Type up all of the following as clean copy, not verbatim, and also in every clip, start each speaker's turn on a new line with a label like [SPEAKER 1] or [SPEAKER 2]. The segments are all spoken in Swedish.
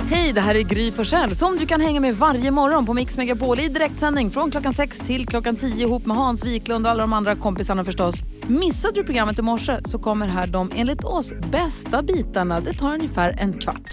[SPEAKER 1] Hej, det här är Gry Forssell som du kan hänga med varje morgon på Mix Megapol i direktsändning från klockan 6 till klockan 10 ihop med Hans Wiklund och alla de andra kompisarna förstås. Missade du programmet i morse så kommer här de enligt oss bästa bitarna. Det tar ungefär en kvart.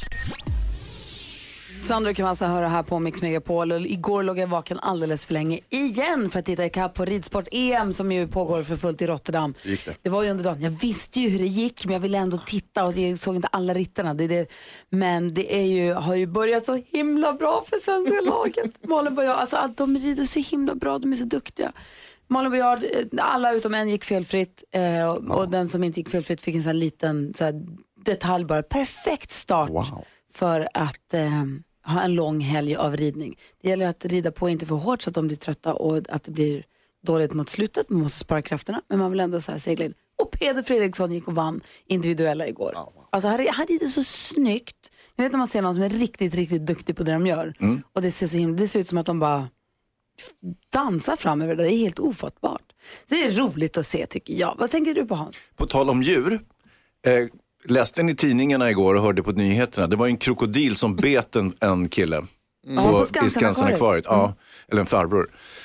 [SPEAKER 1] Sandra kan man alltså höra här på Mix Megapol. Igår låg jag vaken alldeles för länge igen för att titta ikapp på ridsport-EM som ju pågår för fullt i Rotterdam. Det var ju under dagen. Jag visste ju hur det gick men jag ville ändå titta och jag såg inte alla rittarna. Men det är ju, har ju börjat så himla bra för svenska laget. Malin Baryard, alltså de rider så himla bra, de är så duktiga. Malin Baryard, alla utom en gick felfritt och den som inte gick felfritt fick en sån här liten så här detalj bara. Perfekt start för att... ha en lång helg av ridning. Det gäller att rida på inte för hårt så att de blir trötta och att det blir dåligt mot slutet. Man måste spara krafterna, men man vill ändå så här segla in. Och Peder Fredriksson gick och vann individuella igår. Alltså han rider så snyggt. Jag vet när man ser någon som är riktigt, riktigt duktig på det de gör. Och det ser ut som att de bara dansar fram över det. Det är helt ofattbart. Det är roligt att se tycker jag. Vad tänker du på, Hans?
[SPEAKER 2] På tal om djur... läste ni i tidningarna igår och hörde på nyheterna. Det var en krokodil som bet en kille i Skansen-akvariet. Ja, eller en farbror.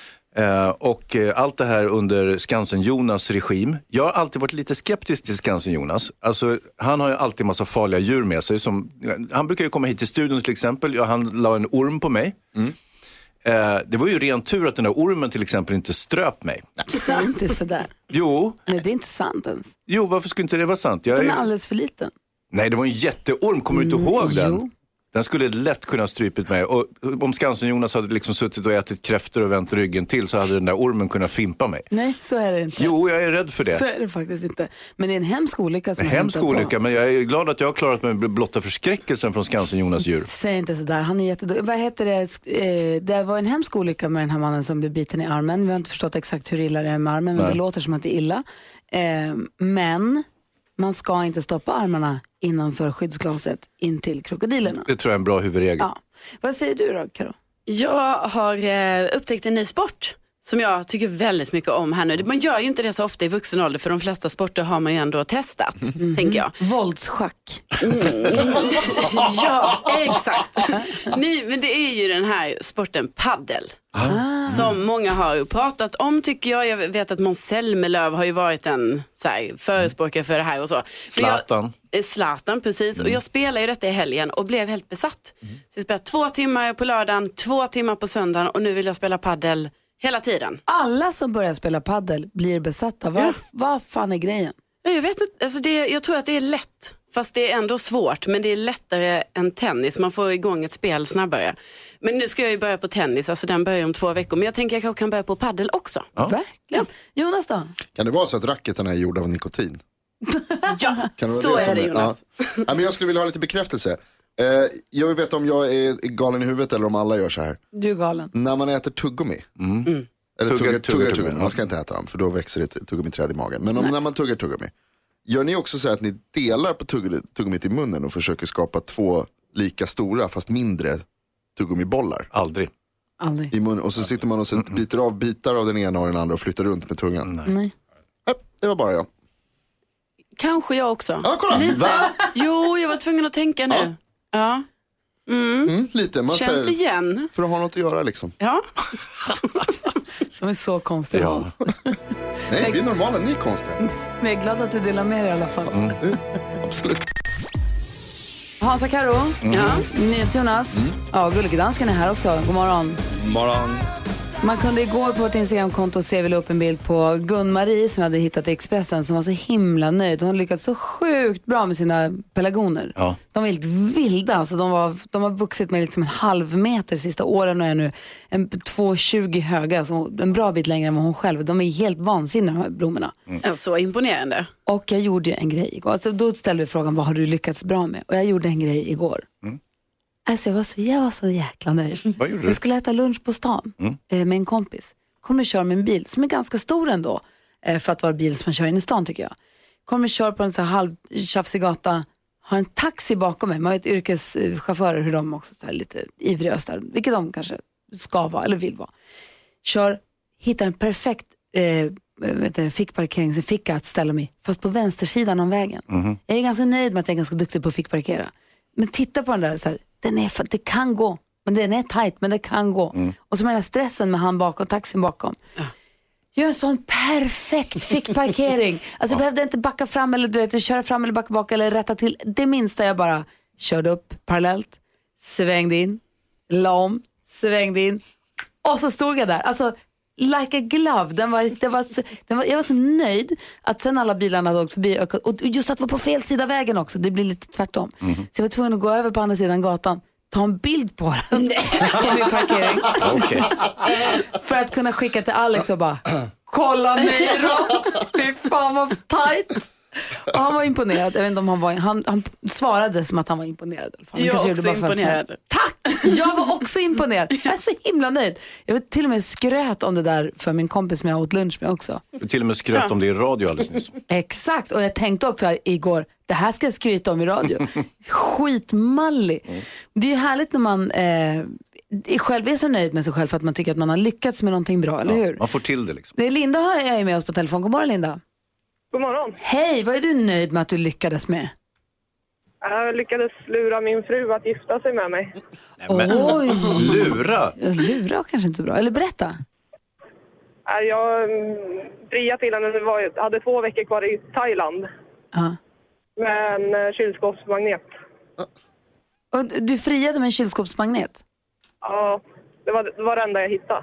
[SPEAKER 2] Och allt det här under Skansen-Jonas regim. Jag har alltid varit lite skeptisk till Skansen-Jonas. Alltså, han har ju alltid massa farliga djur med sig. Han brukar ju komma hit till studion till exempel. Han la en orm på mig. Det var ju ren tur att den där ormen till exempel inte ströp mig.
[SPEAKER 1] Så är inte sådär.
[SPEAKER 2] Jo.
[SPEAKER 1] Nej, det är inte sant ens.
[SPEAKER 2] Jo, varför skulle inte det vara sant?
[SPEAKER 1] Den är alldeles för liten.
[SPEAKER 2] Nej, det var en jätteorm. Kommer du inte ihåg den?
[SPEAKER 1] Jo.
[SPEAKER 2] Den skulle lätt kunna ha strypit mig. Och om Skansen-Jonas hade liksom suttit och ätit kräftor och vänt ryggen till så hade den där ormen kunnat fimpa mig.
[SPEAKER 1] Nej, så är det inte.
[SPEAKER 2] Jo, jag är rädd för det.
[SPEAKER 1] Så är det faktiskt inte. Men det är en hemsk olycka som har hänt.
[SPEAKER 2] En hemsk olycka, men jag är glad att jag har klarat mig med blotta förskräckelsen från Skansen-Jonas djur. Säg
[SPEAKER 1] inte sådär, han är jättedålig. Vad heter det? Det var en hemsk olycka med den här mannen som blev biten i armen. Vi har inte förstått exakt hur illa det är med armen, men det låter som att det är illa. Men... man ska inte stoppa armarna innanför skyddsglaset in till krokodilerna.
[SPEAKER 2] Det tror jag är en bra huvudregel.
[SPEAKER 1] Ja. Vad säger du då, Karo?
[SPEAKER 3] Jag har upptäckt en ny sport som jag tycker väldigt mycket om här nu. Man gör ju inte det så ofta i vuxen ålder för de flesta sporter har man ju ändå testat, tänker jag.
[SPEAKER 1] Våldsschack.
[SPEAKER 3] Ja, exakt. Nej, men det är ju den här sporten paddel. Som många har pratat om tycker jag. Jag vet att Måns Zelmerlöw har ju varit en så här, förespråkare för det här och så. Zlatan, precis. Och jag spelar ju detta i helgen och blev helt besatt. Så jag spelade 2 timmar på lördagen, 2 timmar på söndagen och nu vill jag spela paddel hela tiden.
[SPEAKER 1] Alla som börjar spela paddel blir besatta. Vad fan är grejen?
[SPEAKER 3] Jag vet inte, alltså jag tror att det är lätt. Fast det är ändå svårt, men det är lättare än tennis. Man får igång ett spel snabbare. Men nu ska jag ju börja på tennis, alltså den börjar om 2 veckor. Men jag tänker att jag kan börja på paddel också.
[SPEAKER 1] Ja. Verkligen. Jonas då?
[SPEAKER 4] Kan det vara så att racketen är gjord av nikotin?
[SPEAKER 3] Ja, så är det Jonas.
[SPEAKER 4] Ja, men jag skulle vilja ha lite bekräftelse. Jag vill veta om jag är galen i huvudet eller om alla gör så här.
[SPEAKER 1] Du är galen.
[SPEAKER 4] När man äter tuggummi. Eller tuggar tuggummi. Man ska inte äta dem för då växer det tuggummiträd i magen. Men när man tuggar tuggummi. Gör ni också så att ni delar på tuggummit i munnen och försöker skapa 2 lika stora fast mindre tuggummibollar?
[SPEAKER 2] Aldrig.
[SPEAKER 4] I munnen. Och så sitter man och så biter av bitar av den ena och den andra och flyttar runt med tungan.
[SPEAKER 1] Nej.
[SPEAKER 4] Det var bara jag.
[SPEAKER 3] Kanske jag också.
[SPEAKER 4] Ja, kolla.
[SPEAKER 3] Lite. Jo, jag var tvungen att tänka nu. Ja.
[SPEAKER 4] Lite. Man
[SPEAKER 3] känns
[SPEAKER 4] säger,
[SPEAKER 3] igen.
[SPEAKER 4] För att ha något att göra liksom.
[SPEAKER 3] Ja.
[SPEAKER 1] De är så konstiga.
[SPEAKER 2] Ja.
[SPEAKER 4] Nej, vi är normala, ni är konstiga.
[SPEAKER 1] Men jag är glad att du delar med dig i alla fall.
[SPEAKER 4] Absolut.
[SPEAKER 1] Hans och Karo. NyhetsJonas. Ja, Gullige Dansken är här också. God morgon.
[SPEAKER 2] Morgon.
[SPEAKER 1] Man kunde igår på vårt Instagramkonto se väl upp en bild på Gun-Marie som jag hade hittat i Expressen som var så himla nöjd. Hon lyckats så sjukt bra med sina pelargoner.
[SPEAKER 2] Ja.
[SPEAKER 1] De var helt vilda. Alltså de har vuxit med liksom 1/2 meter sista åren och är nu 2,20 höga. Alltså en bra bit längre än hon själv. De är helt vansinniga de här blommorna.
[SPEAKER 3] Så imponerande.
[SPEAKER 1] Och jag gjorde en grej igår. Alltså, då ställde vi frågan, vad har du lyckats bra med? Och jag gjorde en grej igår. Alltså jag var så jäkla nöjd.
[SPEAKER 2] Vad gjorde du?
[SPEAKER 1] Jag skulle äta lunch på stan med en kompis. Kommer och kör med en bil som är ganska stor ändå. För att vara bil som man kör in i stan tycker jag. Kommer och kör på en så här halvtjafsig gata. Har en taxi bakom mig. Man vet yrkeschaufförer hur de också är lite ivriga där. Vilket de kanske ska vara eller vill vara. Hittar en perfekt fickparkering som ficka att ställa mig. Fast på vänstersidan av vägen. Jag är ganska nöjd med att jag är ganska duktig på att fickparkera. Men titta på den där, så här, det kan gå. Men den är tajt, men det kan gå. Och så med den här stressen med han bakom, taxin bakom. Gör en sån perfekt fickparkering. Alltså jag behövde inte backa fram eller köra fram eller backa bak eller rätta till. Det minsta jag bara körde upp parallellt, svängde in, la om, svängde in. Och så stod jag där. Alltså like a glove. Jag var så nöjd att sen alla bilarna hade åkt förbi. Och just att vara på fel sida vägen också. Det blir lite tvärtom. Så jag var tvungen att gå över på andra sidan gatan. Ta en bild på den. På min parkering.
[SPEAKER 2] Okay.
[SPEAKER 1] För att kunna skicka till Alex och bara kolla mig då. Fy fan vad tajt. Och han var imponerad. Jag vet inte om han svarade som att han var imponerad.
[SPEAKER 3] Jag är också imponerad.
[SPEAKER 1] Tack! Jag var också imponerad. Jag är så himla nöjd. Jag var till och med skröt om det där för min kompis som jag åt lunch med också.
[SPEAKER 2] Du till och med skröt om det i radio alldeles nyss. Exakt,
[SPEAKER 1] och jag tänkte också igår, det här ska jag skryta om i radio. Skitmallig. Det är ju härligt när man själv är så nöjd med sig själv för att man tycker att man har lyckats med någonting bra, eller hur?
[SPEAKER 2] Man får till det liksom.
[SPEAKER 1] Det är Linda är med oss på telefon. God morgon, Linda.
[SPEAKER 5] God morgon.
[SPEAKER 1] Hej, vad är du nöjd med att du lyckades med?
[SPEAKER 5] Jag lyckades lura min fru att gifta sig med mig.
[SPEAKER 1] Oj!
[SPEAKER 2] Lura?
[SPEAKER 1] Lura kanske inte så bra. Eller berätta.
[SPEAKER 5] Jag friade till henne. Jag hade 2 veckor kvar i Thailand. Med en kylskåpsmagnet.
[SPEAKER 1] Och du friade med en kylskåpsmagnet?
[SPEAKER 5] Ja, det var det enda jag hittade.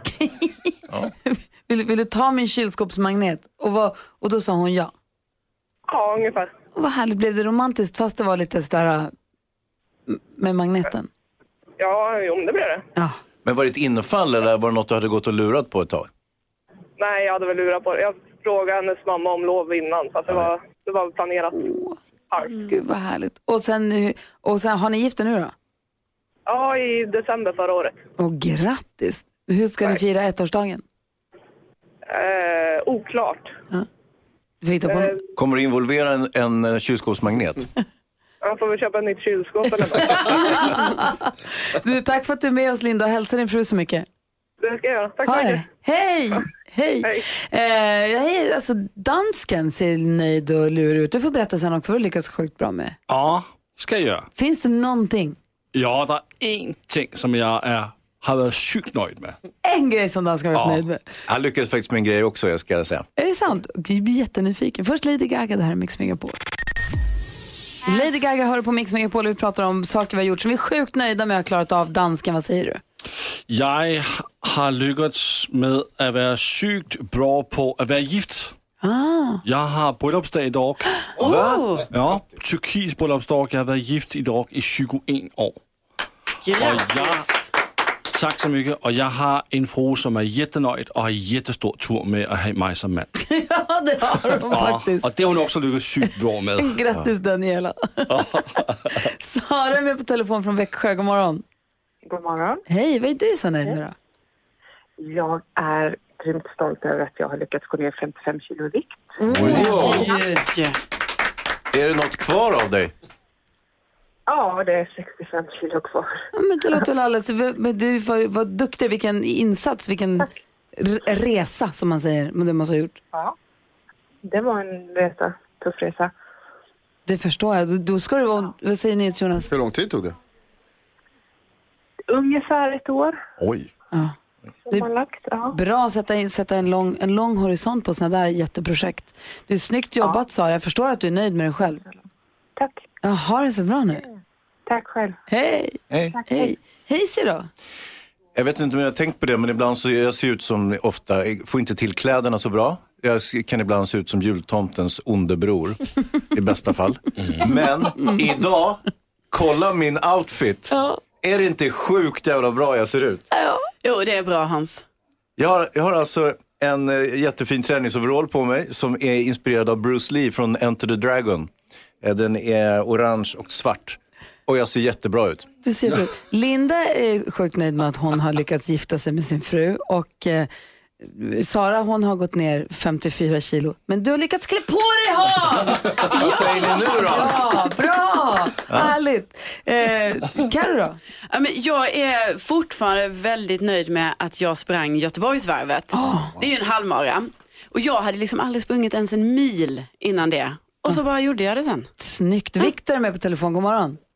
[SPEAKER 1] Vill du ta min kylskåpsmagnet? Och då sa hon ja?
[SPEAKER 5] Ja, ungefär.
[SPEAKER 1] Och vad härligt, blev det romantiskt fast det var lite sådär med magneten?
[SPEAKER 5] Ja, jo, det blev det.
[SPEAKER 1] Ja.
[SPEAKER 2] Men var det ett infall eller var det något du hade gått och lurat på ett tag?
[SPEAKER 5] Nej, jag hade väl lurat på det. Jag frågade hennes mamma om lov innan så att det var planerat.
[SPEAKER 1] Gud vad härligt. Och sen har ni gift er nu då?
[SPEAKER 5] Ja, i december förra året.
[SPEAKER 1] Och grattis. Hur ska ni fira ettårsdagen?
[SPEAKER 5] Oklart.
[SPEAKER 1] Ja.
[SPEAKER 2] Kommer du involvera en kylskåpsmagnet?
[SPEAKER 5] Jag får väl köpa ett nytt kylskåp eller
[SPEAKER 1] du, tack för att du är med oss, Linda, och hälsa din fru så mycket.
[SPEAKER 5] Det ska jag göra. Tack så mycket.
[SPEAKER 1] Hej. Alltså, dansken ser nöjd och lurig ut. Du får berätta sen också vad du lyckas sjukt bra med.
[SPEAKER 6] Ja, ska jag göra.
[SPEAKER 1] Finns det någonting?
[SPEAKER 6] Ja, det är en ting som jag har varit sjukt nöjd med.
[SPEAKER 1] En grej som dansken har varit nöjd med.
[SPEAKER 2] Han lyckades faktiskt med en grej också, jag ska säga.
[SPEAKER 1] Är det sant? Jag blir jättenyfiken. Först Lady Gaga, det här är Mix Megapol. Lady Gaga hör på Mix Megapol och vi pratar om saker vi har gjort som vi är sjukt nöjda med att ha klarat av. Dansken, vad säger du?
[SPEAKER 6] Jag har lyckats med att vara sjukt bra på att vara gift. Jag har bröllopsdag idag.
[SPEAKER 3] Va?
[SPEAKER 6] Ja, turkis bröllopsdag. Jag har varit gift idag i 21 år. Tack så mycket. Och jag har en fru som är jättenöjd och har jättestor tur med att ha mig som man.
[SPEAKER 1] Ja, det har hon faktiskt.
[SPEAKER 6] Och det har hon också lyckats sjukt bra med.
[SPEAKER 1] Grattis Daniela. Sara är med på telefon från Växjö. God morgon.
[SPEAKER 7] God morgon.
[SPEAKER 1] Hej, vad är du så nöjd med då?
[SPEAKER 7] Jag är grymt stolt över att jag har lyckats gå ner 55 kilo i vikt.
[SPEAKER 2] Är det något kvar av dig?
[SPEAKER 7] Ja, det är 65 kilo kvar.
[SPEAKER 1] Ja, men det låter väl alldeles... Men du var duktig, vilken insats, vilken resa som man säger, men det måste ha gjort.
[SPEAKER 7] Ja, det var en resa, tuff resa.
[SPEAKER 1] Det förstår jag. Då ska det vara... Vad säger ni, Jonas?
[SPEAKER 4] Hur lång tid tog det?
[SPEAKER 7] Ungefär 1 år.
[SPEAKER 4] Oj.
[SPEAKER 1] Ja. Det är bra att sätta en lång horisont på såna där jätteprojekt. Du är snyggt jobbat, Sara. Jag förstår att du är nöjd med dig själv.
[SPEAKER 7] Tack.
[SPEAKER 1] Ja, har det så bra nu.
[SPEAKER 7] Tack själv.
[SPEAKER 1] Hej. Hej, då.
[SPEAKER 2] Jag vet inte om jag har tänkt på det, men ibland så jag ser ut som ofta, jag får inte till kläderna så bra. Jag kan ibland se ut som jultomtens onde bror, i bästa fall. Men idag, kolla min outfit. Ja. Är det inte sjukt jävla bra jag ser ut?
[SPEAKER 1] Ja.
[SPEAKER 3] Jo, det är bra, Hans.
[SPEAKER 2] Jag har alltså en jättefin träningsoverall på mig som är inspirerad av Bruce Lee från Enter the Dragon. Den är orange och svart. Och jag ser jättebra ut.
[SPEAKER 1] Du ser ut. Linda är sjukt nöjd med att hon har lyckats gifta sig med sin fru. Och Sara, hon har gått ner 54 kilo. Men du har lyckats klä på dig, Hans!
[SPEAKER 2] Vad säger ni nu då?
[SPEAKER 1] Ja, bra! Härligt. Karo då?
[SPEAKER 3] Ja, men jag är fortfarande väldigt nöjd med att jag sprang Göteborgsvarvet. Det är ju en halvmara. Och jag hade liksom aldrig sprungit ens en mil innan det. Och så bara gjorde jag det sen.
[SPEAKER 1] Snyggt. Viktor är med på telefon. God morgon.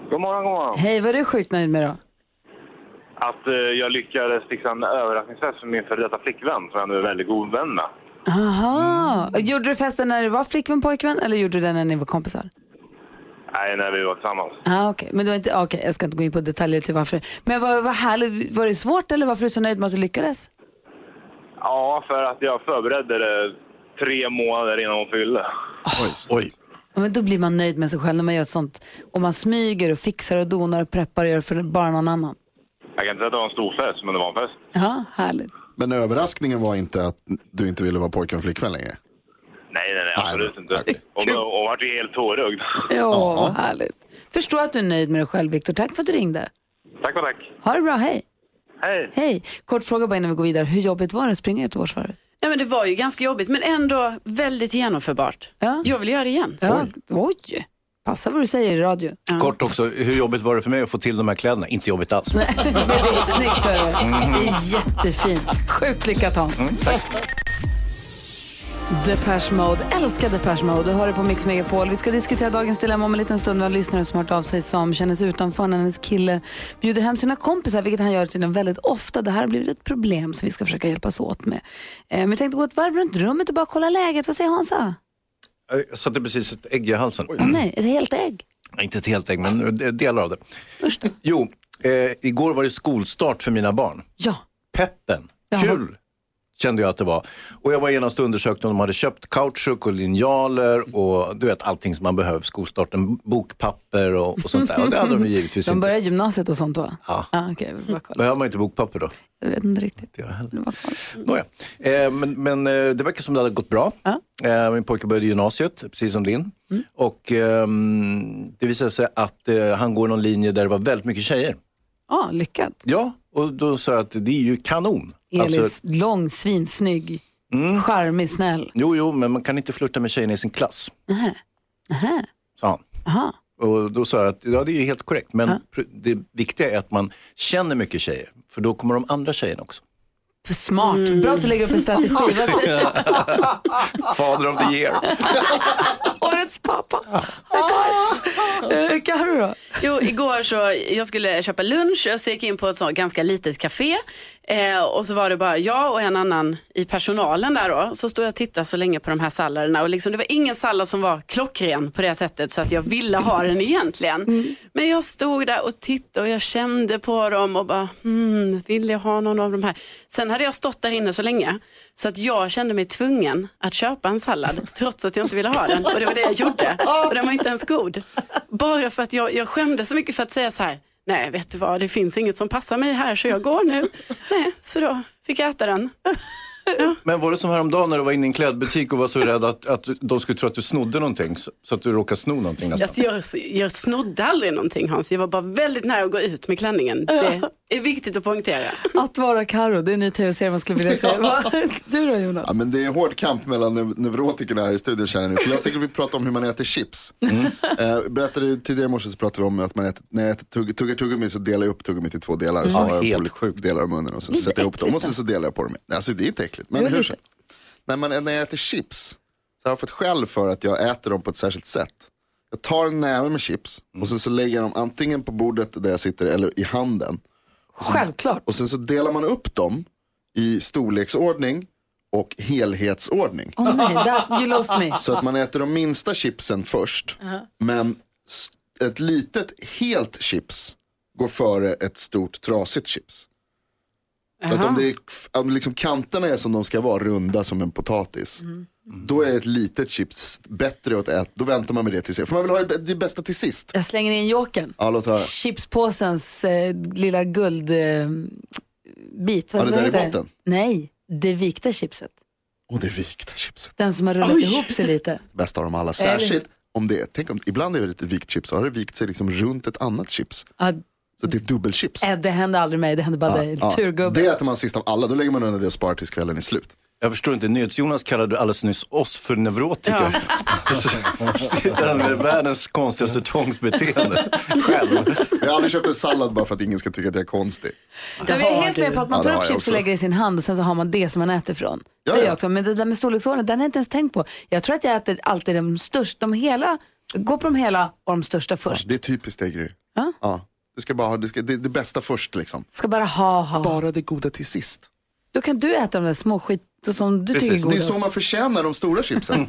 [SPEAKER 8] God morgon.
[SPEAKER 1] Hej, vad är du sjukt nöjd med då?
[SPEAKER 8] Att jag lyckades fixa en överraskningsfest för min före detta flickvän som jag nu är väldigt god vän med.
[SPEAKER 1] Aha. Gjorde du festen när du var flickvän, pojkvän eller gjorde du den när ni var kompisar?
[SPEAKER 8] Nej, när vi var tillsammans.
[SPEAKER 1] Okej. Men det var inte, jag ska inte gå in på detaljer till varför. Men vad härligt, var det svårt eller varför är du så nöjd med att du lyckades?
[SPEAKER 8] Ja, för att jag förberedde det 3 månader innan hon fyllde.
[SPEAKER 2] Oj.
[SPEAKER 1] Men då blir man nöjd med sig själv när man gör ett sånt. Och man smyger och fixar och donar och preppar och gör för bara någon annan.
[SPEAKER 8] Jag kan inte säga att det var en stor fest, men det var en fest.
[SPEAKER 1] Ja, härligt.
[SPEAKER 4] Men överraskningen var inte att du inte ville vara pojke och flickvän längre?
[SPEAKER 8] Nej, absolut inte.
[SPEAKER 4] Okay.
[SPEAKER 8] Och var ju helt tårögd.
[SPEAKER 1] Ja, vad härligt. Förstår att du är nöjd med dig själv, Viktor. Tack för att du ringde.
[SPEAKER 8] Tack.
[SPEAKER 1] Ha det bra, hej.
[SPEAKER 8] Hej.
[SPEAKER 1] Kort fråga bara innan vi går vidare. Hur jobbigt var det att springa Göteborgsvarvet?
[SPEAKER 3] Ja, men det var ju ganska jobbigt, men ändå väldigt genomförbart.
[SPEAKER 1] Ja.
[SPEAKER 3] Jag vill göra det igen.
[SPEAKER 1] Ja. Oj. Passa vad du säger i radio.
[SPEAKER 2] Ja. Kort också, hur jobbigt var det för mig att få till de här kläderna? Inte jobbigt alls.
[SPEAKER 1] Nej, men det är snyggt. Det är jättefint. Sjukt lyckat, Hans.
[SPEAKER 2] Tack.
[SPEAKER 1] Depeche Mode, älskar Depeche Mode. Du hör det på Mix Megapol. Vi ska diskutera dagens dilemma om en liten stund. Vi har lyssnare som har hört av sig som känner sig utanför när hennes kille bjuder hem sina kompisar, vilket han gör till den väldigt ofta. Det här har blivit ett problem som vi ska försöka hjälpas åt med. Vi tänkte gå ett varv runt rummet och bara kolla läget. Vad säger Hansa?
[SPEAKER 2] Jag satte precis ett ägg i halsen.
[SPEAKER 1] Nej, ett helt ägg?
[SPEAKER 2] Inte ett helt ägg, men delar av det. Jo, igår var det skolstart för mina barn.
[SPEAKER 1] Ja.
[SPEAKER 2] Peppen, kul kände jag att det var. Och jag var genast undersökt om de hade köpt kautschuk och linjaler och du vet allting som man behöver, skolstarten, bokpapper och sånt där. Och det hade de givetvis
[SPEAKER 1] inte. De börjar gymnasiet och sånt då?
[SPEAKER 2] Ja.
[SPEAKER 1] Okay,
[SPEAKER 2] behöver man inte bokpapper då?
[SPEAKER 1] Jag vet inte riktigt.
[SPEAKER 2] Det Nåja. Men det verkar som det hade gått bra. Min pojke började gymnasiet, precis som din. Och det visade sig att han går någon linje där det var väldigt mycket tjejer.
[SPEAKER 1] Lyckat.
[SPEAKER 2] Ja, och då sa jag att det är ju kanon.
[SPEAKER 1] Elis, lång, svinsnygg, charmig, snäll.
[SPEAKER 2] Jo, men man kan inte flirta med tjejerna i sin klass. Sa han.
[SPEAKER 1] Aha.
[SPEAKER 2] Och då sa jag att ja, det är ju helt korrekt. Men det viktiga är att man känner mycket tjejer. För då kommer de andra tjejerna också.
[SPEAKER 1] Smart. Bra att du lägger upp en strategi.
[SPEAKER 2] Father of the year.
[SPEAKER 1] Årets pappa. Karo då?
[SPEAKER 3] Jo, igår så jag skulle köpa lunch och så gick in på ett sånt ganska litet café. Och så var det bara jag och en annan i personalen där då. Så stod jag och tittade så länge på de här salladerna. Och liksom, det var ingen sallad som var klockren på det sättet så att jag ville ha den egentligen. Men jag stod där och tittade och jag kände på dem och bara, vill jag ha någon av de här? Sen hade jag stått där inne så länge så att jag kände mig tvungen att köpa en sallad trots att jag inte ville ha den. Och det var det jag gjorde. Och den var inte ens god. Bara för att jag skämde så mycket för att säga så här: nej, vet du vad, det finns inget som passar mig här så jag går nu. Nej, så då fick jag äta den. Ja.
[SPEAKER 2] Men var det som häromdagen när du var inne i en klädbutik och var så rädd att de skulle tro att du snodde någonting så att du råkade sno någonting nästan?
[SPEAKER 3] Jag snodde aldrig någonting, Hans. Jag var bara väldigt nära att gå ut med klänningen. Det är viktigt att poängtera.
[SPEAKER 1] Att vara Karo, det är en ny tv-serie man skulle vilja säga. Du då, Jonas?
[SPEAKER 4] Ja, men det är hård kamp mellan neurotikerna här i studion, känner ni. För jag tycker vi pratar om hur man äter chips. Berättade tidigare i morse så pratade vi om att man äter, när jag äter tuggar tuggummi så delar jag upp tuggummi till 2 delar. Så har jag helt sjukt delar av munnen och så sätter jag ihop dem och så delar jag på dem. Alltså det är inte äckligt. Men hur när jag äter chips så har jag fått skäll för att jag äter dem på ett särskilt sätt. Jag tar en näve med chips och så lägger jag dem antingen på bordet där jag sitter eller i handen.
[SPEAKER 1] Självklart.
[SPEAKER 4] Och sen så delar man upp dem i storleksordning och helhetsordning.
[SPEAKER 1] Nej, you lost me.
[SPEAKER 4] Så att man äter de minsta chipsen först. Men ett litet helt chips går före ett stort trasigt chips. Så att om liksom kanterna är som de ska vara, runda som en potatis, då är ett litet chips bättre att äta. Då väntar man med det till sist. För man vill ha det bästa till sist.
[SPEAKER 1] Jag slänger in joken.
[SPEAKER 4] Ja, låt höra.
[SPEAKER 1] Chipspåsens lilla guldbit.
[SPEAKER 4] Ja, det där i botten?
[SPEAKER 1] Nej, det vikta chipset.
[SPEAKER 4] Det vikta chipset.
[SPEAKER 1] Den som har rullat ihop sig lite.
[SPEAKER 4] Bästa av dem alla. Särskilt om det, tänk om, ibland är det ett vikt chips. Så har det vikt sig liksom runt ett annat chips. Så det är dubbelchips.
[SPEAKER 1] Det hände aldrig mig, det hände bara dig. Turgubbe.
[SPEAKER 4] Det äter man sist av alla, då lägger man under det och sparar tills kvällen är slut.
[SPEAKER 2] Jag förstår inte, NyhetsJonas kallade alldeles nyss oss för neurotiker. Sitter han med världens konstigaste tvångsbeteende själv. Jag
[SPEAKER 4] har aldrig köpt en sallad bara för att ingen ska tycka att jag är konstig.
[SPEAKER 1] Vi är helt med på att man tar upp chips och lägger i sin hand och sen så har man det som man äter från. Det är jag också, men det där med storleksordning, den har jag inte ens tänkt på. Jag tror att jag äter alltid de största, går på de hela och de största först.
[SPEAKER 4] Det är typiskt det, Gry. Ja. Du ska bara ha det bästa först liksom.
[SPEAKER 1] Ska bara ha.
[SPEAKER 4] Spara det goda till sist.
[SPEAKER 1] Då kan du äta de där små skit som du tycker är godast.
[SPEAKER 4] Det är så man förtjänar de stora chipsen.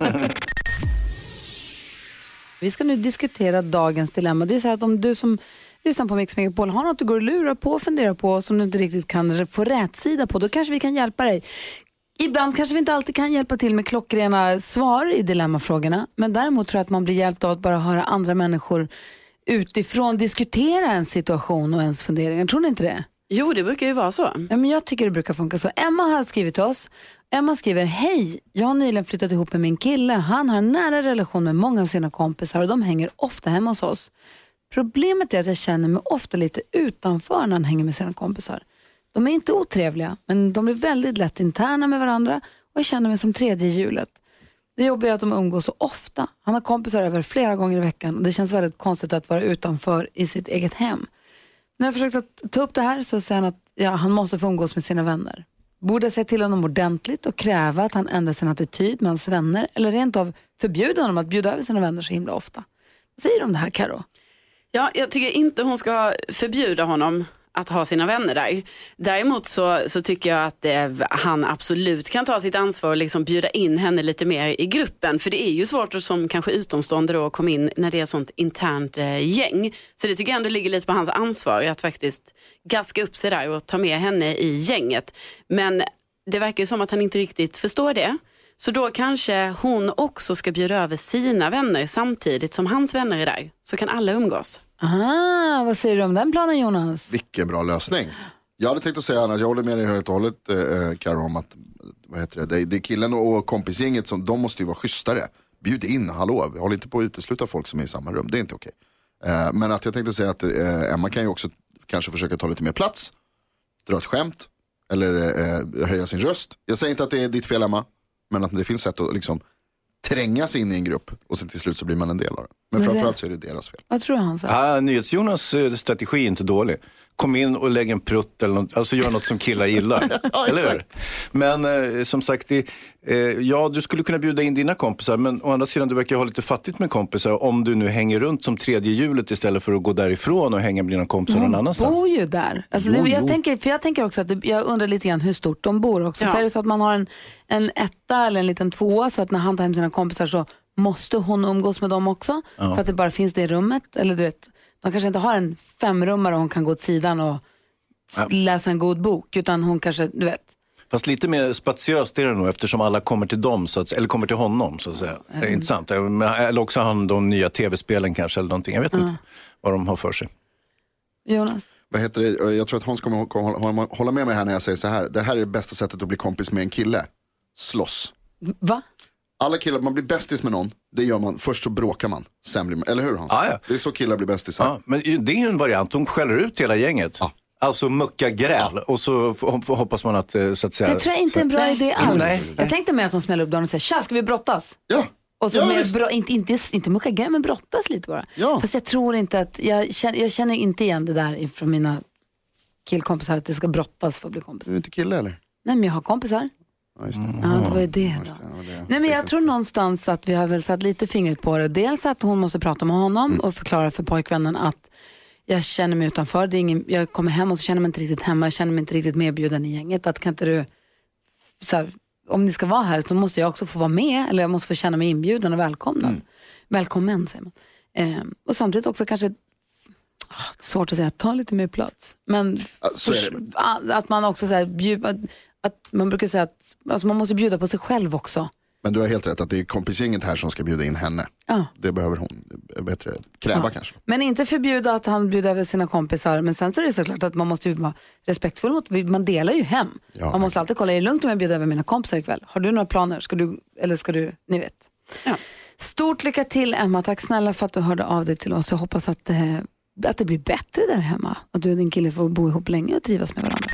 [SPEAKER 1] Vi ska nu diskutera dagens dilemma. Det är så här att om du som lyssnar på Mix Megapol har något du går och lurar på och funderar på som du inte riktigt kan få rätt sida på, då kanske vi kan hjälpa dig. Ibland kanske vi inte alltid kan hjälpa till med klockrena svar i dilemmafrågorna, men däremot tror jag att man blir hjälpt av att bara höra andra människor utifrån diskutera en situation och ens funderingar. Tror ni inte det?
[SPEAKER 3] Jo, det brukar ju vara så.
[SPEAKER 1] Ja, men jag tycker det brukar funka så. Emma har skrivit till oss. Emma skriver, hej, jag har nyligen flyttat ihop med min kille. Han har en nära relation med många av sina kompisar och de hänger ofta hemma hos oss. Problemet är att jag känner mig ofta lite utanför när han hänger med sina kompisar. De är inte otrevliga, men de blir väldigt lätt interna med varandra och jag känner mig som tredje hjulet. Det jobbiga är att de umgås så ofta. Han har kompisar över flera gånger i veckan och det känns väldigt konstigt att vara utanför i sitt eget hem. När jag försökt att ta upp det här så säger han att han måste få umgås med sina vänner. Borde jag säga till honom ordentligt och kräva att han ändrar sin attityd med hans vänner eller rent av förbjuda honom att bjuda över sina vänner så himla ofta? Vad säger du om det här, Karo?
[SPEAKER 3] Ja, jag tycker inte hon ska förbjuda honom att ha sina vänner där. Däremot så tycker jag att han absolut kan ta sitt ansvar och liksom bjuda in henne lite mer i gruppen. För det är ju svårt att som kanske utomstående då komma in när det är sånt internt gäng. Så det tycker jag ändå ligger lite på hans ansvar att faktiskt gaska upp sig där och ta med henne i gänget. Men det verkar ju som att han inte riktigt förstår det. Så då kanske hon också ska bjuda över sina vänner samtidigt som hans vänner är där. Så kan alla umgås.
[SPEAKER 1] Aha, vad säger du om den planen, Jonas?
[SPEAKER 4] Vilken bra lösning. Jag hade tänkt att säga att jag håller med dig helt och hållet, Karo, om att det är killen och kompisgänget som de måste ju vara schysstare. Bjud in, hallå, vi håller inte på att utesluta folk som är i samma rum, det är inte okej. Men att jag tänkte säga att Emma kan ju också kanske försöka ta lite mer plats, dra ett skämt eller höja sin röst. Jag säger inte att det är ditt fel, Emma, men att det finns sätt att liksom tränga sig in i en grupp och sen till slut så blir man en del av det. Men framförallt så är det deras fel.
[SPEAKER 1] Vad tror du, Hans?
[SPEAKER 2] NyhetsJonas strategi är inte dålig. Kom in och lägg en prutt eller något, alltså gör något som killar gillar.
[SPEAKER 4] Ja,
[SPEAKER 2] eller
[SPEAKER 4] exakt.
[SPEAKER 2] Men som sagt, du skulle kunna bjuda in dina kompisar, men å andra sidan du verkar ha lite fattigt med kompisar om du nu hänger runt som tredje hjulet istället för att gå därifrån och hänga med dina kompisar någon annanstans.
[SPEAKER 1] De bor ju där. Alltså, jag tänker också att jag undrar lite grann hur stort de bor också. Ja. För är det så att man har en etta eller en liten tvåa så att när han tar hem sina kompisar så måste hon umgås med dem också? Ja. För att det bara finns det i rummet? Eller du vet, de kanske inte har en 5-rummare och hon kan gå åt sidan och läsa en god bok, utan hon kanske, du vet.
[SPEAKER 2] Fast lite mer spatiöst är det nog eftersom alla kommer till dem, eller kommer till honom så att säga. Det är intressant. Eller också har han de nya tv-spelen kanske eller någonting. Jag vet inte vad de har för sig.
[SPEAKER 1] Jonas?
[SPEAKER 4] Vad heter det? Jag tror att Hans kommer hålla med mig här när jag säger så här. Det här är det bästa sättet att bli kompis med en kille. Slåss.
[SPEAKER 1] Va?
[SPEAKER 4] Alla killar, man blir bästis med någon. Det gör man, först så bråkar man. Sen blir man, eller hur, Hans?
[SPEAKER 2] Ja. Det
[SPEAKER 4] är så killar blir bästisar.
[SPEAKER 2] Ja, men det är ju en variant, de skäller ut hela gänget. Ja. Alltså mucka gräl och så hoppas man att så att säga.
[SPEAKER 1] Det tror jag inte är en bra idé alls. Nej. Jag tänkte mer att de smäller upp dagen och säger, tja, ska vi brottas?
[SPEAKER 4] Ja.
[SPEAKER 1] Och så inte mucka gräl, men brottas lite bara. Ja. Fast jag tror inte att, jag känner inte igen det där från mina killkompisar att det ska brottas för att bli kompis.
[SPEAKER 4] Du är inte kille eller?
[SPEAKER 1] Nej, men jag har kompisar.
[SPEAKER 4] Ja, just det.
[SPEAKER 1] Ja, det var ju det då. Nej, men jag tror någonstans att vi har väl satt lite fingret på det. Dels att hon måste prata med honom och förklara för pojkvännen att jag känner mig utanför. Jag kommer hem och så känner mig inte riktigt hemma. Jag känner mig inte riktigt medbjuden i gänget. Att kan inte du, så här, om ni ska vara här så måste jag också få vara med. Eller jag måste få känna mig inbjuden och välkomnad. Välkommen, säger man. Och samtidigt också kanske, svårt att säga, ta lite mer plats. Men att man också så här, att man brukar säga att alltså man måste bjuda på sig själv också.
[SPEAKER 4] Men du har helt rätt att det är kompisgänget här som ska bjuda in henne. Ja. Det behöver hon bättre kräva kanske.
[SPEAKER 1] Men inte förbjuda att han bjuder över sina kompisar. Men sen så är det såklart att man måste ju vara respektfull mot, man delar ju hem. Ja, man måste alltid kolla, är det lugnt om jag bjuder över mina kompisar ikväll? Har du några planer? Ska du, ni vet. Ja. Stort lycka till, Emma. Tack snälla för att du hörde av dig till oss. Jag hoppas att det blir bättre där hemma. Att du och din kille får bo ihop länge och trivas med varandra.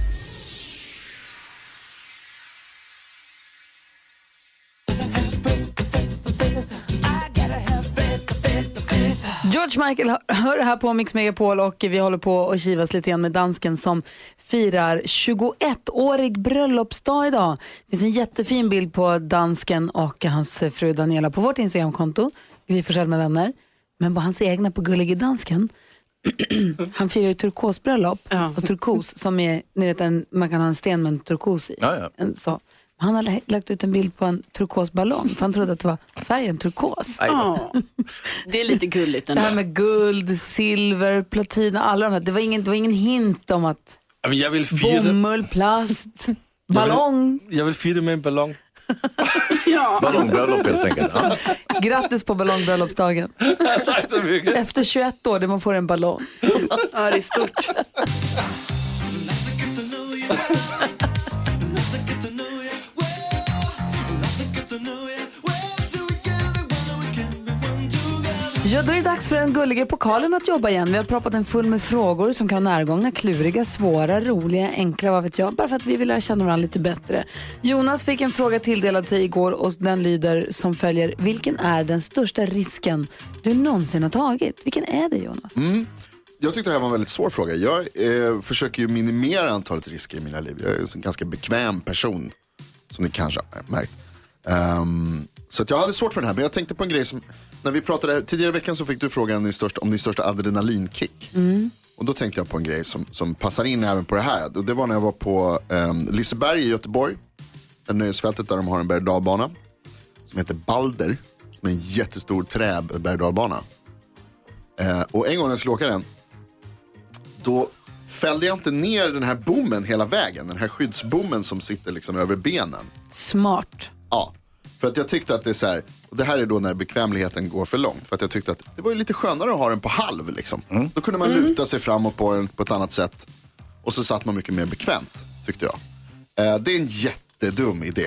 [SPEAKER 1] George Michael hör här på Mix Megapol och vi håller på att kivas lite grann med dansken som firar 21-årig bröllopsdag idag. Det finns en jättefin bild på dansken och hans fru Daniela på vårt Instagramkonto, Gry Forssell med vänner. Men på hans egna, på Gullige dansken, Han firar ju turkosbröllop. Och turkos som är, ni vet, man kan ha en sten med en turkos i. Så. Han har lagt ut en bild på en turkosballong för han trodde att det var färgen turkos.
[SPEAKER 3] Det är lite gulligt ändå.
[SPEAKER 1] Det här med guld, silver, platina, alla de här. Det var ingen hint om att
[SPEAKER 6] jag vill
[SPEAKER 1] bomull, plast, ballong.
[SPEAKER 6] Jag vill fira med en ballong.
[SPEAKER 2] Ballongbröllop helt enkelt.
[SPEAKER 1] Grattis på ballongbröllopsdagen.
[SPEAKER 6] Tack så mycket.
[SPEAKER 1] Efter 21 år där man får en ballong.
[SPEAKER 3] Ja, det är stort.
[SPEAKER 1] Ja, då är det dags för den gulliga pokalen att jobba igen. Vi har pratat en full med frågor som kan vara närgångna, kluriga, svåra, roliga, enkla, vad vet jag. Bara för att vi vill lära känna varandra lite bättre. Jonas fick en fråga tilldelad sig igår och den lyder som följer. Vilken är den största risken du någonsin har tagit? Vilken är det, Jonas?
[SPEAKER 4] Jag tyckte det här var en väldigt svår fråga. Jag försöker ju minimera antalet risker i mina liv. Jag är en ganska bekväm person, som ni kanske har märkt. Så att jag hade svårt för den här, men jag tänkte på en grej som, när vi pratade tidigare i veckan så fick du frågan om din största adrenalinkick. Och då tänkte jag på en grej som passar in även på det här. Och det var när jag var på Liseberg i Göteborg, det nöjesfältet där de har en berg- och dalbana som heter Balder, som är en jättestor berg- och dalbana. Och en gång när jag skulle åka den, då fällde jag inte ner den här bommen hela vägen, den här skyddsbommen som sitter liksom över benen.
[SPEAKER 1] Smart.
[SPEAKER 4] Ja. För att jag tyckte att det är så här, och det här är då när bekvämligheten går för långt. För att jag tyckte att det var ju lite skönare att ha den på halv liksom. Då kunde man luta sig framåt på den på ett annat sätt. Och så satt man mycket mer bekvämt, tyckte jag. Det är en jättedum idé.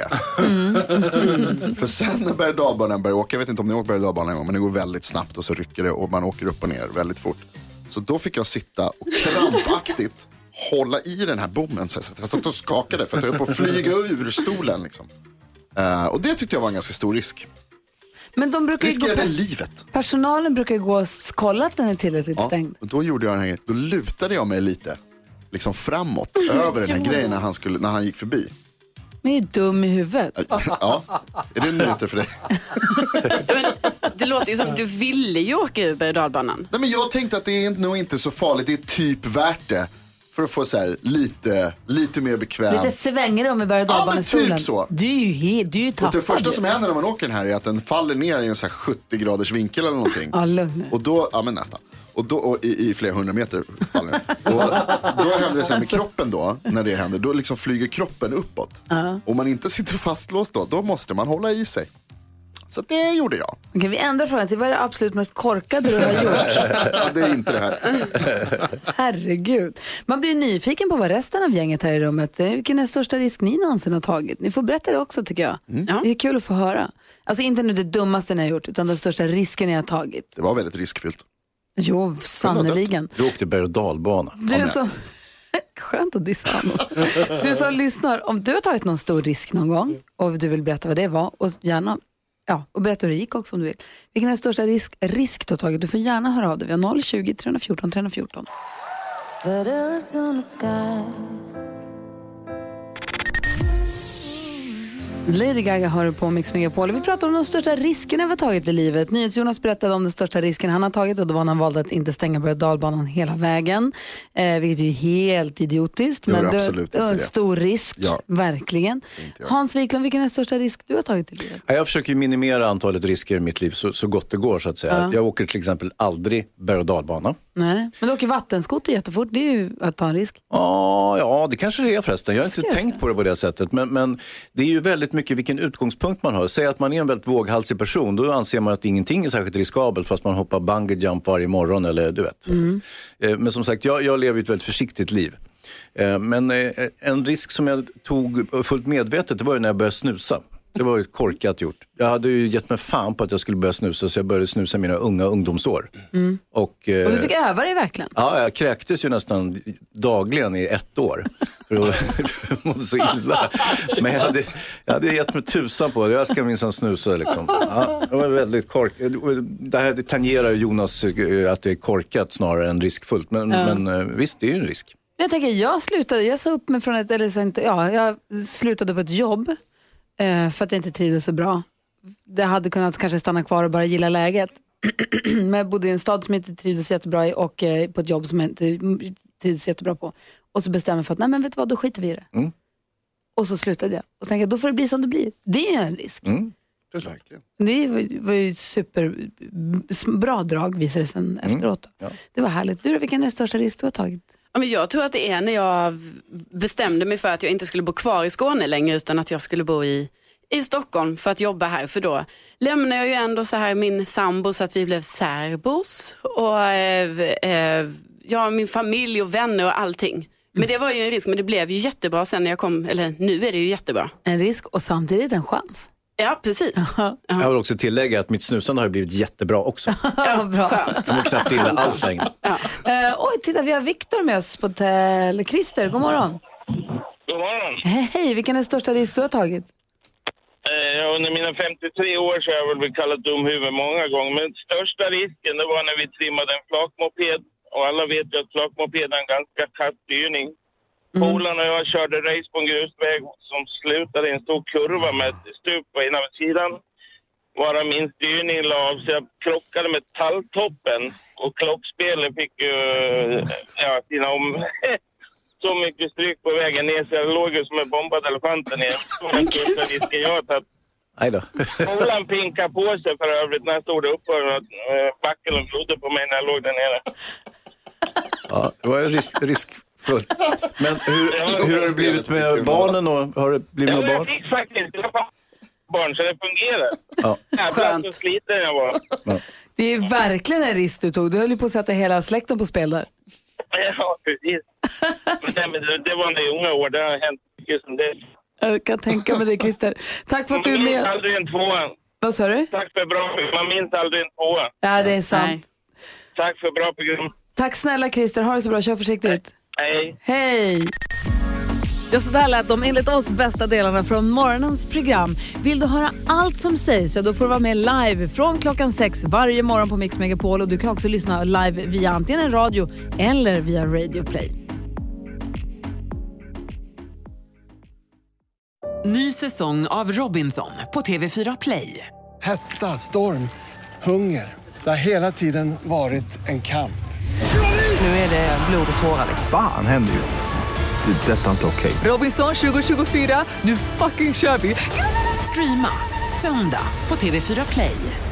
[SPEAKER 4] För sen när berg- och dalbanan börjar åka, jag vet inte om ni åker berg- och dalbanan en gång, men det går väldigt snabbt och så rycker det och man åker upp och ner väldigt fort. Så då fick jag sitta och krampaktigt hålla i den här bommen. Så jag satt och skakade för att jag höll på att flyga ur stolen liksom. Och det tyckte jag var en ganska stor risk.
[SPEAKER 1] Men de brukar
[SPEAKER 4] riskerar livet.
[SPEAKER 1] Personalen brukar gå och kolla att den är tillräckligt stängd.
[SPEAKER 4] Och då gjorde jag den här, då lutade jag mig lite liksom framåt över den här grejen när han gick förbi.
[SPEAKER 1] Men är ju dum i huvudet.
[SPEAKER 4] Ja, är det nyheter för dig?
[SPEAKER 3] Men det låter ju som du ville ju åka ur berg- och dalbanan.
[SPEAKER 4] Nej, men jag tänkte att det är nog inte så farligt, det är typ värt det. För att få så här, lite mer bekväm.
[SPEAKER 1] Lite svängrum i berg- och dalbanestolen.
[SPEAKER 4] Ja, typ så.
[SPEAKER 1] Du är ju tappad.
[SPEAKER 4] Och det första som händer när man åker den här är att den faller ner i en så här 70 graders vinkel eller någonting.
[SPEAKER 1] Ja, lugn.
[SPEAKER 4] Och då, ja men nästan. Och i flera 100 meter faller den. Och då händer det så här med kroppen då, när det händer. Då liksom flyger kroppen uppåt. Om man inte sitter fastlåst då måste man hålla i sig. Så det gjorde jag.
[SPEAKER 1] Okej, vi ändrar frågan till vad är det absolut mest korkade du har gjort?
[SPEAKER 4] Ja, det är inte det här.
[SPEAKER 1] Herregud. Man blir nyfiken på vad resten av gänget här i rummet. Vilken är den största risk ni någonsin har tagit? Ni får berätta det också tycker jag. Det är kul att få höra. Alltså inte nu det dummaste ni har gjort, utan den största risken ni har tagit.
[SPEAKER 4] Det var väldigt riskfyllt.
[SPEAKER 1] Jo, sannoliken.
[SPEAKER 2] Du åkte berg- och dalbana.
[SPEAKER 1] Du som... Skönt att dissa honom. Du som lyssnar, om du har tagit någon stor risk någon gång och du vill berätta vad det var och gärna... Ja, och berätta hur det gick också om du vill. Vilken är den största risk du har tagit? Du får gärna höra av dig. Vi har 020-314 314. Lady Gaga hör på Mix Megapol. Vi pratar om de största riskerna vi har tagit i livet. NyhetsJonas berättade om den största risken han har tagit och det var när han valde att inte stänga berg- och dalbanan hela vägen. Vilket ju är helt idiotiskt. Men det är en stor risk, verkligen. Hans Wiklund, vilken är den största risk du har tagit i livet?
[SPEAKER 2] Jag försöker minimera antalet risker i mitt liv så gott det går så att säga. Jag åker till exempel aldrig berg- och dalbana.
[SPEAKER 1] Nej, men du åker vattenskoter jättefort, det är ju att ta en risk.
[SPEAKER 2] Ja, det kanske det är förresten. Jag har inte tänkt på det på det sättet. Men det är ju väldigt mycket vilken utgångspunkt man har. Säg att man är en väldigt våghalsig person, då anser man att ingenting är särskilt riskabelt fast man hoppar bungee jump varje morgon eller du vet. Men som sagt, jag lever ett väldigt försiktigt liv. Men en risk som jag tog fullt medvetet, det var ju när jag började snusa. Det var ju korkat gjort. Jag hade ju gett mig fan på att jag skulle börja snusa så jag började snusa mina unga ungdomsår. Och
[SPEAKER 1] du fick öva dig verkligen?
[SPEAKER 2] Ja, jag kräktes ju nästan dagligen i 1 år. För att mådde så illa. Men jag hade gett mig tusan på det. Jag ska minsann snusa liksom. Ja, det var väldigt korkat. Det här tangerar Jonas att det är korkat snarare än riskfullt. Men visst, det är ju en risk.
[SPEAKER 1] Jag tänker, jag sa upp mig från jag slutade på ett jobb. För att jag inte trivdes så bra. Det hade kunnat kanske stanna kvar och bara gilla läget. Men jag bodde i en stad som jag inte trivdes jättebra i och på ett jobb som jag inte trivdes jättebra på. Och så bestämde jag för att, nej men vet du vad, då skiter vi i det. Och så slutade jag. Och så tänkte jag, då får det bli som det blir. Det är en risk. Det var ju superbra drag visade det sen efteråt. Ja. Det var härligt. Du då, vilken är den största risk du har tagit?
[SPEAKER 3] Ja, men jag tror att det är när jag bestämde mig för att jag inte skulle bo kvar i Skåne längre utan att jag skulle bo i Stockholm för att jobba här. För då lämnade jag ju ändå så här min sambo så att vi blev särbos. Och min familj och vänner och allting. Men det var ju en risk, men det blev ju jättebra sen när jag kom, eller nu är det ju jättebra.
[SPEAKER 1] En risk och samtidigt en chans.
[SPEAKER 3] Ja, precis.
[SPEAKER 2] Jag vill också tillägga att mitt snusande har blivit jättebra också.
[SPEAKER 1] Ja, bra.
[SPEAKER 2] Som är knappt illa alls längre.
[SPEAKER 1] Oj, titta, vi har Viktor med oss på Christer, god morgon.
[SPEAKER 9] God morgon.
[SPEAKER 1] Hej, vilken är den största risk du har tagit?
[SPEAKER 9] Under mina 53 år så har jag väl blivit kallat dumhuvud många gånger. Men största risken det var när vi trimmade en flakmoped. Och alla vet ju att flakmoped är en ganska kass styrning. Polarna och jag körde race på en grusväg som slutade i en stor kurva med ett stup på ena sidan. Vara min styrning la av så jag krockade med talltoppen. Och klockspelet fick ju så mycket stryk på vägen ner så jag låg ju som en bombad elefanten ner. Så den största risken jag har tagit. Polan pinkade på sig för övrigt när jag stod uppe och backen och glodde på mig när jag låg där nere.
[SPEAKER 2] Ja, det var riskfullt. Men hur har det blivit med barnen? Och har det blivit några barn?
[SPEAKER 9] Jag fick faktiskt barn så det fungerar.
[SPEAKER 1] Ja. Skönt.
[SPEAKER 9] Så sliten jag var.
[SPEAKER 2] Ja.
[SPEAKER 1] Det är verkligen en risk du tog. Du höll ju på att sätta hela släkten på spel där.
[SPEAKER 9] Ja, precis. Men det var under unga år. Det har hänt mycket som det.
[SPEAKER 1] Jag kan tänka mig det, Christer. Tack för att du är med.
[SPEAKER 9] Man minns aldrig en tvåa.
[SPEAKER 1] Vad sa du?
[SPEAKER 9] Tack för bra. Man minns aldrig en tvåa.
[SPEAKER 1] Ja, det är sant.
[SPEAKER 3] Nej.
[SPEAKER 9] Tack för bra program.
[SPEAKER 1] Tack snälla Christer, ha det så bra, kör försiktigt.
[SPEAKER 9] Hej.
[SPEAKER 1] Hej. Just det här lät de enligt oss bästa delarna från morgonens program. Vill du höra allt som sägs så då får du vara med live från klockan 6 varje morgon på Mix Megapol. Och du kan också lyssna live via antingen en radio eller via Radio Play.
[SPEAKER 10] Ny säsong av Robinson på TV4 Play.
[SPEAKER 11] Hetta, storm, hunger. Det har hela tiden varit en kamp.
[SPEAKER 10] Nu är det blod och tårar.
[SPEAKER 2] Fan händer just det. Detta är inte okej.
[SPEAKER 10] Robinson 2024, nu fucking kör vi. Streama söndag på TV4 Play.